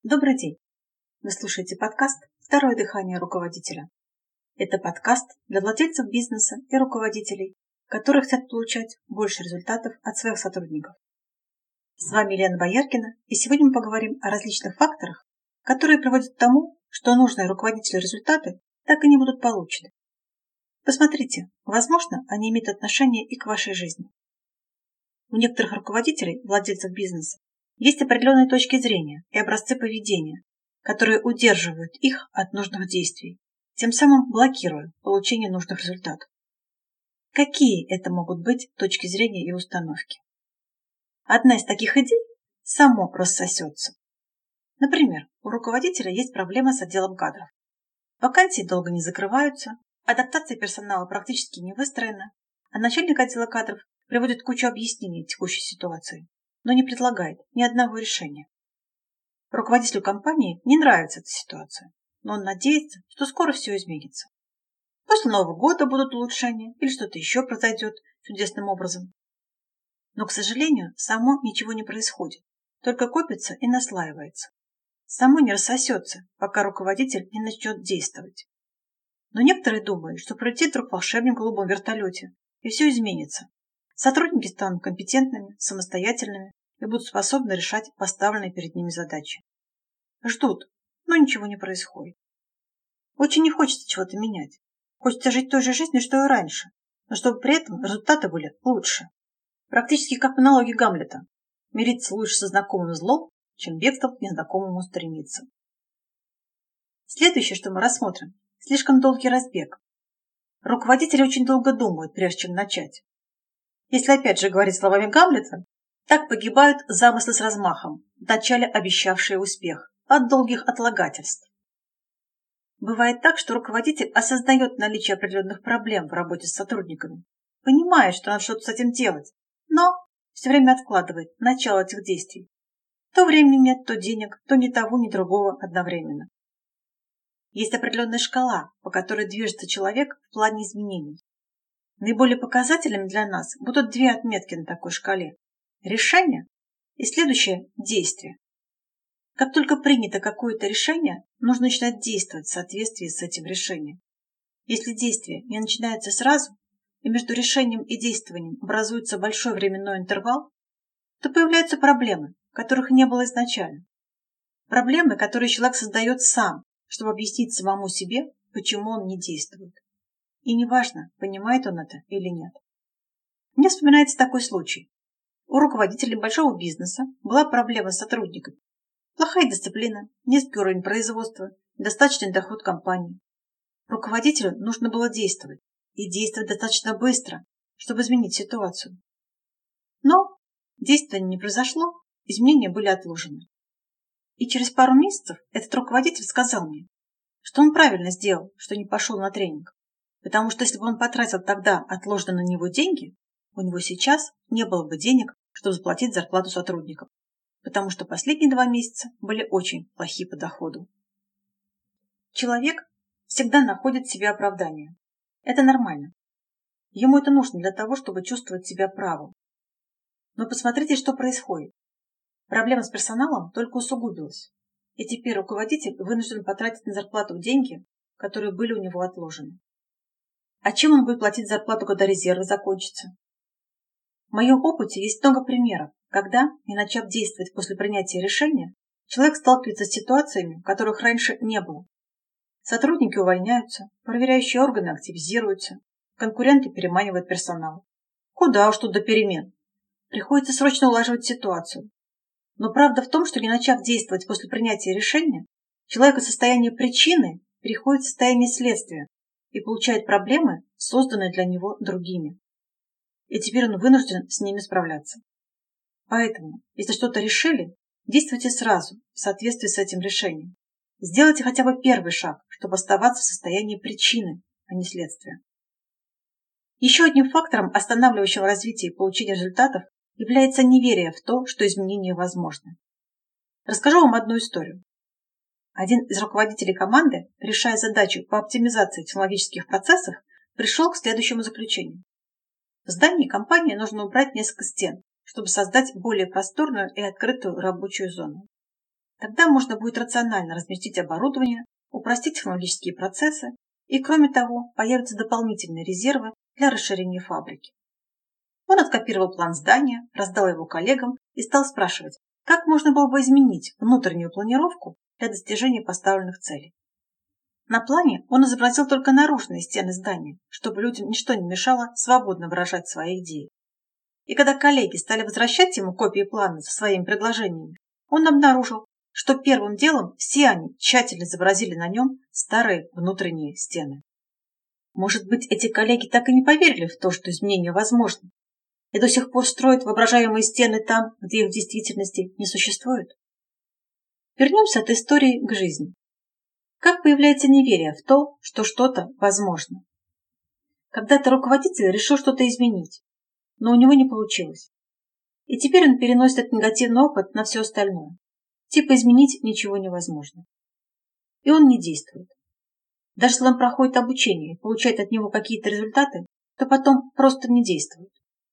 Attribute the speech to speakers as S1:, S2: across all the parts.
S1: Добрый день! Вы слушаете подкаст «Второе дыхание руководителя». Это подкаст для владельцев бизнеса и руководителей, которые хотят получать больше результатов от своих сотрудников. С вами Елена Бояркина, и сегодня мы поговорим о различных факторах, которые приводят к тому, что нужные руководителю результаты так и не будут получены. Посмотрите, возможно, они имеют отношение и к вашей жизни. У некоторых руководителей, владельцев бизнеса, есть определенные точки зрения и образцы поведения, которые удерживают их от нужных действий, тем самым блокируя получение нужных результатов. Какие это могут быть точки зрения и установки? Одна из таких идей само рассосется. Например, у руководителя есть проблема с отделом кадров. Вакансии долго не закрываются, адаптация персонала практически не выстроена, а начальник отдела кадров приводит кучу объяснений текущей ситуации, но не предлагает ни одного решения. Руководителю компании не нравится эта ситуация, но он надеется, что скоро все изменится. После Нового года будут улучшения или что-то еще произойдет чудесным образом. Но, к сожалению, само ничего не происходит, только копится и наслаивается. Само не рассосется, пока руководитель не начнет действовать. Но некоторые думают, что пролетит вдруг волшебник в голубом вертолете, и все изменится. Сотрудники станут компетентными, самостоятельными и будут способны решать поставленные перед ними задачи. Ждут, но ничего не происходит. Очень не хочется чего-то менять. Хочется жить той же жизнью, что и раньше, но чтобы при этом результаты были лучше. Практически как в монологе Гамлета. Мириться лучше со знакомым злом, чем бегством к незнакомому стремиться. Следующее, что мы рассмотрим, слишком долгий разбег. Руководители очень долго думают, прежде чем начать. Если опять же говорить словами Гамлета, так погибают замыслы с размахом, вначале обещавшие успех, от долгих отлагательств. Бывает так, что руководитель осознает наличие определенных проблем в работе с сотрудниками, понимает, что надо что-то с этим делать, но все время откладывает начало этих действий. То времени нет, то денег, то ни того, ни другого одновременно. Есть определенная шкала, по которой движется человек в плане изменений. Наиболее показательными для нас будут две отметки на такой шкале – решение и следующее – действие. Как только принято какое-то решение, нужно начинать действовать в соответствии с этим решением. Если действие не начинается сразу, и между решением и действованием образуется большой временной интервал, то появляются проблемы, которых не было изначально. Проблемы, которые человек создает сам, чтобы объяснить самому себе, почему он не действует. И неважно, понимает он это или нет. Мне вспоминается такой случай. У руководителя большого бизнеса была проблема с сотрудниками. Плохая дисциплина, низкий уровень производства, недостаточный доход компании. Руководителю нужно было действовать, и действовать достаточно быстро, чтобы изменить ситуацию. Но действия не произошло, изменения были отложены. И через пару месяцев этот руководитель сказал мне, что он правильно сделал, что не пошел на тренинг. Потому что если бы он потратил тогда отложенные на него деньги, у него сейчас не было бы денег, чтобы заплатить зарплату сотрудникам. Потому что последние 2 месяца были очень плохи по доходу. Человек всегда находит в себе оправдание. Это нормально. Ему это нужно для того, чтобы чувствовать себя правым. Но посмотрите, что происходит. Проблема с персоналом только усугубилась. И теперь руководитель вынужден потратить на зарплату деньги, которые были у него отложены. А чем он будет платить зарплату, когда резервы закончатся? В моем опыте есть много примеров, когда, не начав действовать после принятия решения, человек сталкивается с ситуациями, которых раньше не было. Сотрудники увольняются, проверяющие органы активизируются, конкуренты переманивают персонал. Куда уж тут до перемен? Приходится срочно улаживать ситуацию. Но правда в том, что не начав действовать после принятия решения, человек из состояния причины переходит в состояние следствия и получает проблемы, созданные для него другими. И теперь он вынужден с ними справляться. Поэтому, если что-то решили, действуйте сразу, в соответствии с этим решением. Сделайте хотя бы первый шаг, чтобы оставаться в состоянии причины, а не следствия. Еще одним фактором, останавливающим развитие и получение результатов, является неверие в то, что изменения возможны. Расскажу вам одну историю. Один из руководителей команды, решая задачу по оптимизации технологических процессов, пришел к следующему заключению. В здании компании нужно убрать несколько стен, чтобы создать более просторную и открытую рабочую зону. Тогда можно будет рационально разместить оборудование, упростить технологические процессы и, кроме того, появятся дополнительные резервы для расширения фабрики. Он откопировал план здания, раздал его коллегам и стал спрашивать, как можно было бы изменить внутреннюю планировку для достижения поставленных целей. На плане он изобразил только наружные стены здания, чтобы людям ничто не мешало свободно выражать свои идеи. И когда коллеги стали возвращать ему копии плана со своими предложениями, он обнаружил, что первым делом все они тщательно изобразили на нем старые внутренние стены. Может быть, эти коллеги так и не поверили в то, что изменения возможны, и до сих пор строят воображаемые стены там, где их в действительности не существует? Вернемся от истории к жизни. Как появляется неверие в то, что что-то возможно? Когда-то руководитель решил что-то изменить, но у него не получилось. И теперь он переносит этот негативный опыт на все остальное. Типа изменить ничего невозможно. И он не действует. Даже если он проходит обучение и получает от него какие-то результаты, то потом просто не действует.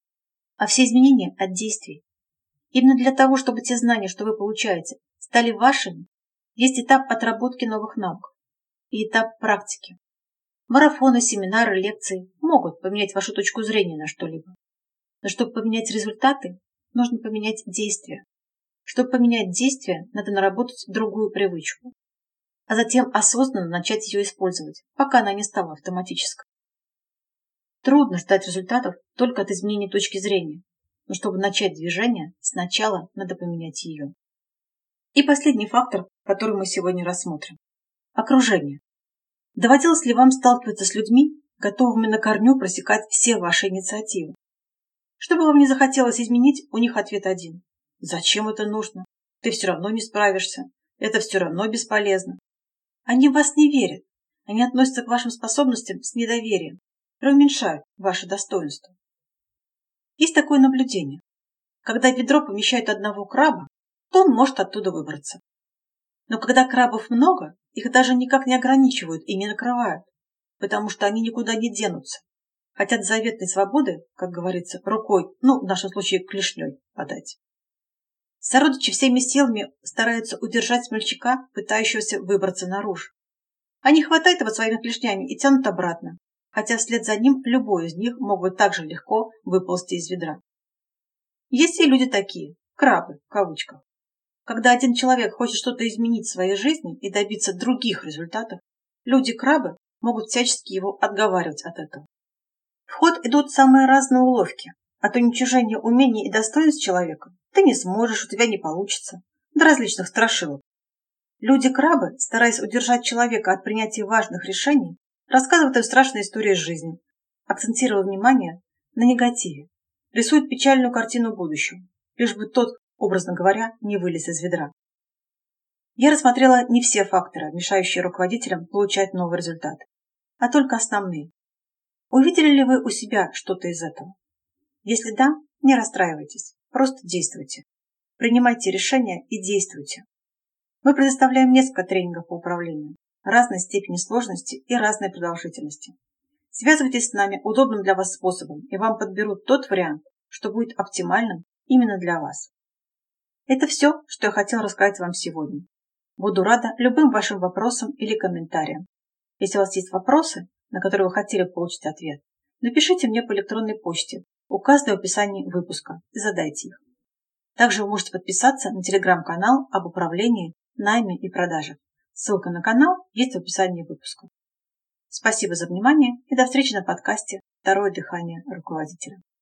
S1: А все изменения от действий. Именно для того, чтобы те знания, что вы получаете, стали вашими, есть этап отработки новых навыков и этап практики. Марафоны, семинары, лекции могут поменять вашу точку зрения на что-либо. Но чтобы поменять результаты, нужно поменять действия. Чтобы поменять действия, надо наработать другую привычку, а затем осознанно начать ее использовать, пока она не стала автоматической. Трудно ждать результатов только от изменения точки зрения, но чтобы начать движение, сначала надо поменять ее. И последний фактор, который мы сегодня рассмотрим – окружение. Доводилось ли вам сталкиваться с людьми, готовыми на корню пресекать все ваши инициативы? Что бы вам ни захотелось изменить, у них ответ один. Зачем это нужно? Ты все равно не справишься. Это все равно бесполезно. Они в вас не верят. Они относятся к вашим способностям с недоверием, преуменьшают ваше достоинство. Есть такое наблюдение. Когда в ведро помещают одного краба, то он может оттуда выбраться. Но когда крабов много, их даже никак не ограничивают и не накрывают, потому что они никуда не денутся. Хотят заветной свободы, как говорится, рукой, в нашем случае клешней, подать. Сородичи всеми силами стараются удержать смельчака, пытающегося выбраться наружу. Они хватают его своими клешнями и тянут обратно, хотя вслед за ним любой из них мог бы так же легко выползти из ведра. Есть и люди такие, крабы, в кавычках. Когда один человек хочет что-то изменить в своей жизни и добиться других результатов, люди-крабы могут всячески его отговаривать от этого. В ход идут самые разные уловки, от уничижения умений и достоинств человека. Ты не сможешь, у тебя не получится, до различных страшилок. Люди-крабы, стараясь удержать человека от принятия важных решений, рассказывают им страшные истории из жизни, акцентируя внимание на негативе, рисуют печальную картину будущего, лишь бы тот, образно говоря, не вылез из ведра. Я рассмотрела не все факторы, мешающие руководителям получать новые результаты, а только основные. Увидели ли вы у себя что-то из этого? Если да, не расстраивайтесь, просто действуйте. Принимайте решения и действуйте. Мы предоставляем несколько тренингов по управлению, разной степени сложности и разной продолжительности. Связывайтесь с нами удобным для вас способом, и вам подберут тот вариант, что будет оптимальным именно для вас. Это все, что я хотела рассказать вам сегодня. Буду рада любым вашим вопросам или комментариям. Если у вас есть вопросы, на которые вы хотели получить ответ, напишите мне по электронной почте, указанной в описании выпуска, и задайте их. Также вы можете подписаться на телеграм-канал об управлении, найме и продажах. Ссылка на канал есть в описании выпуска. Спасибо за внимание и до встречи на подкасте «Второе дыхание руководителя».